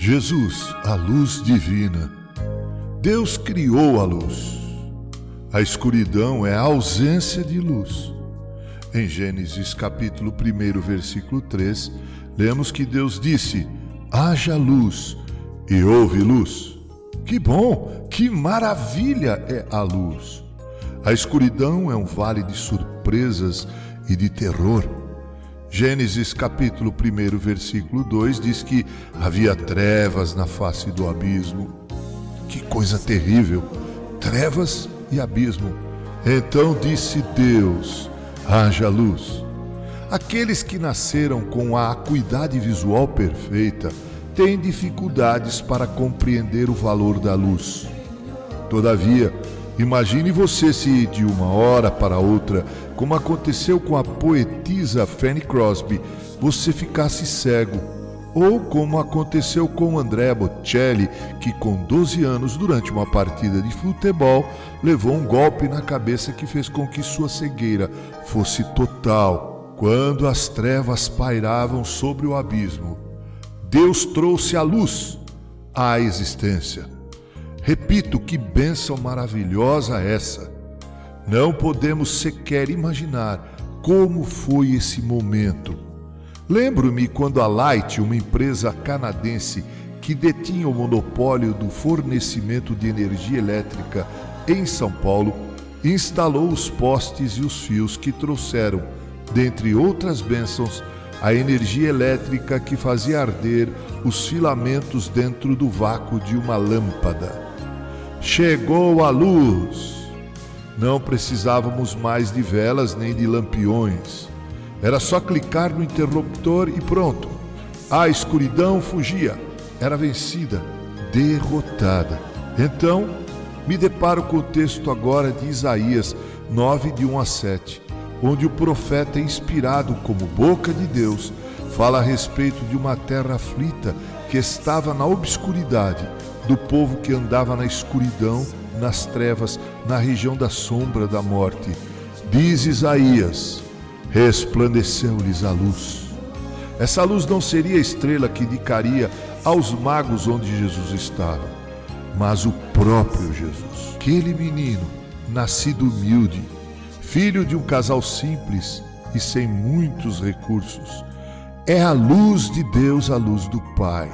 Jesus, a luz divina. Deus criou a luz. A escuridão é a ausência de luz. Em Gênesis capítulo 1, versículo 3, lemos que Deus disse: haja luz, e houve luz. Que bom, que maravilha é a luz! A escuridão é um vale de surpresas e de terror. Gênesis capítulo 1, versículo 2 diz que havia trevas na face do abismo. Que coisa terrível! Trevas e abismo. Então disse Deus: haja luz. Aqueles que nasceram com a acuidade visual perfeita têm dificuldades para compreender o valor da luz. Todavia, imagine você se de uma hora para outra, como aconteceu com a poetisa Fanny Crosby, você ficasse cego, ou como aconteceu com Andrea Bocelli, que com 12 anos, durante uma partida de futebol, levou um golpe na cabeça que fez com que sua cegueira fosse total. Quando as trevas pairavam sobre o abismo, Deus trouxe a luz à existência. Repito, que bênção maravilhosa essa! Não podemos sequer imaginar como foi esse momento. Lembro-me quando a Light, uma empresa canadense que detinha o monopólio do fornecimento de energia elétrica em São Paulo, instalou os postes e os fios que trouxeram, dentre outras bênçãos, a energia elétrica que fazia arder os filamentos dentro do vácuo de uma lâmpada. Chegou a luz! Não precisávamos mais de velas nem de lampiões. Era só clicar no interruptor e pronto. A escuridão fugia, era vencida, derrotada. Então, me deparo com o texto agora de Isaías 9, de 1 a 7, onde o profeta, inspirado como boca de Deus, fala a respeito de uma terra aflita que estava na obscuridade, do povo que andava na escuridão, nas trevas, na região da sombra da morte. Diz Isaías: resplandeceu-lhes a luz. Essa luz não seria a estrela que indicaria aos magos onde Jesus estava, mas o próprio Jesus. Aquele menino, nascido humilde, filho de um casal simples e sem muitos recursos, é a luz de Deus, a luz do Pai.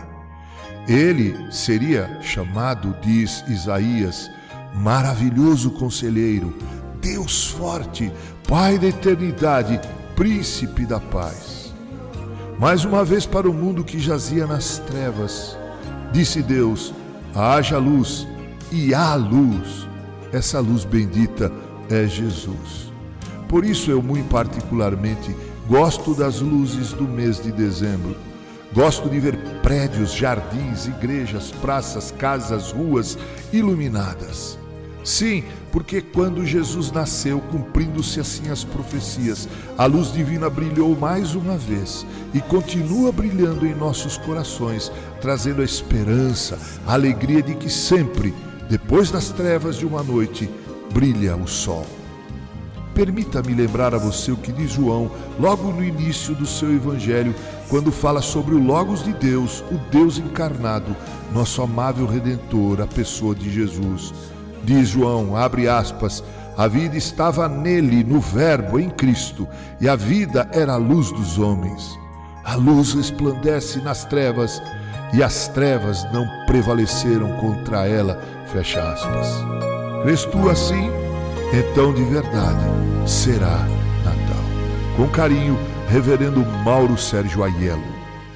Ele seria chamado, diz Isaías, maravilhoso conselheiro, Deus forte, Pai da eternidade, príncipe da paz. Mais uma vez para o mundo que jazia nas trevas, disse Deus: haja luz, e há luz. Essa luz bendita é Jesus. Por isso eu muito particularmente gosto das luzes do mês de dezembro. Gosto de ver prédios, jardins, igrejas, praças, casas, ruas iluminadas. Sim, porque quando Jesus nasceu, cumprindo-se assim as profecias, a luz divina brilhou mais uma vez e continua brilhando em nossos corações, trazendo a esperança, a alegria de que sempre, depois das trevas de uma noite, brilha o sol. Permita-me lembrar a você o que diz João logo no início do seu evangelho, quando fala sobre o Logos de Deus, o Deus encarnado, nosso amável Redentor, a pessoa de Jesus. Diz João, abre aspas, a vida estava nele, no Verbo, em Cristo, e a vida era a luz dos homens. A luz resplandece nas trevas, e as trevas não prevaleceram contra ela, fecha aspas. Crês tu assim? Então de verdade será Natal. Com carinho, Reverendo Mauro Sérgio Aiello.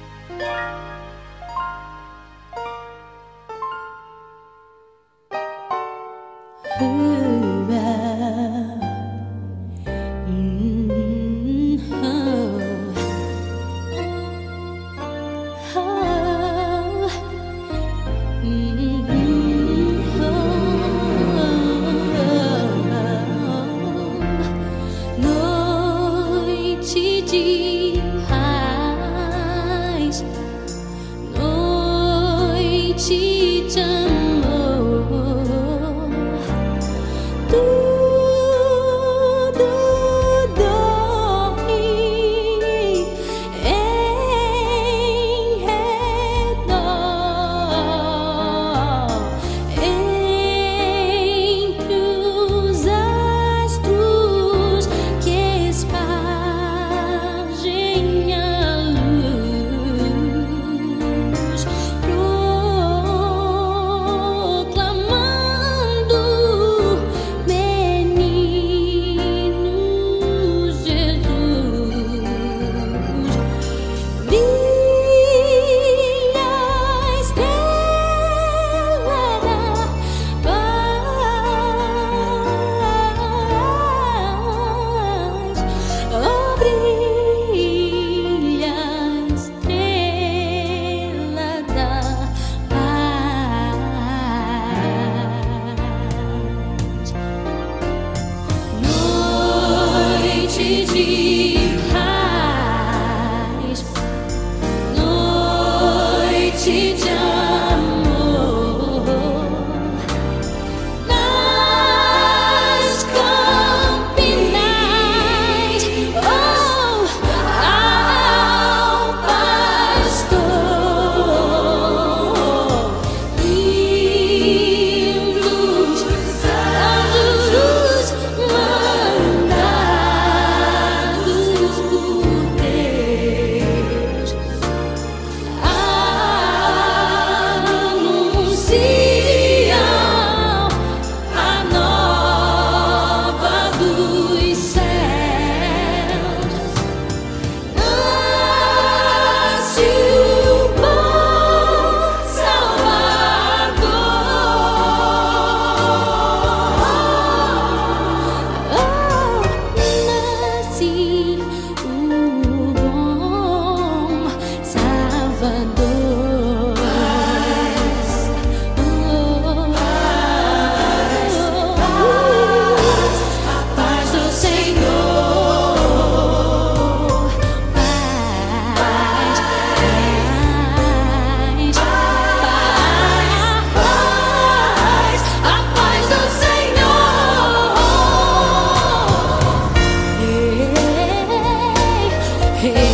Noite de raiz, noite de amor, tudo dorme em redor. de amor nas Campinas. Oh, ao pastor, lindos anjos mandados por Deus anunciam a nova dos céus. Nasce o bom Salvador. Nasce o bom Salvador. A paz do Senhor, paz, a paz do Senhor. Ei, ei.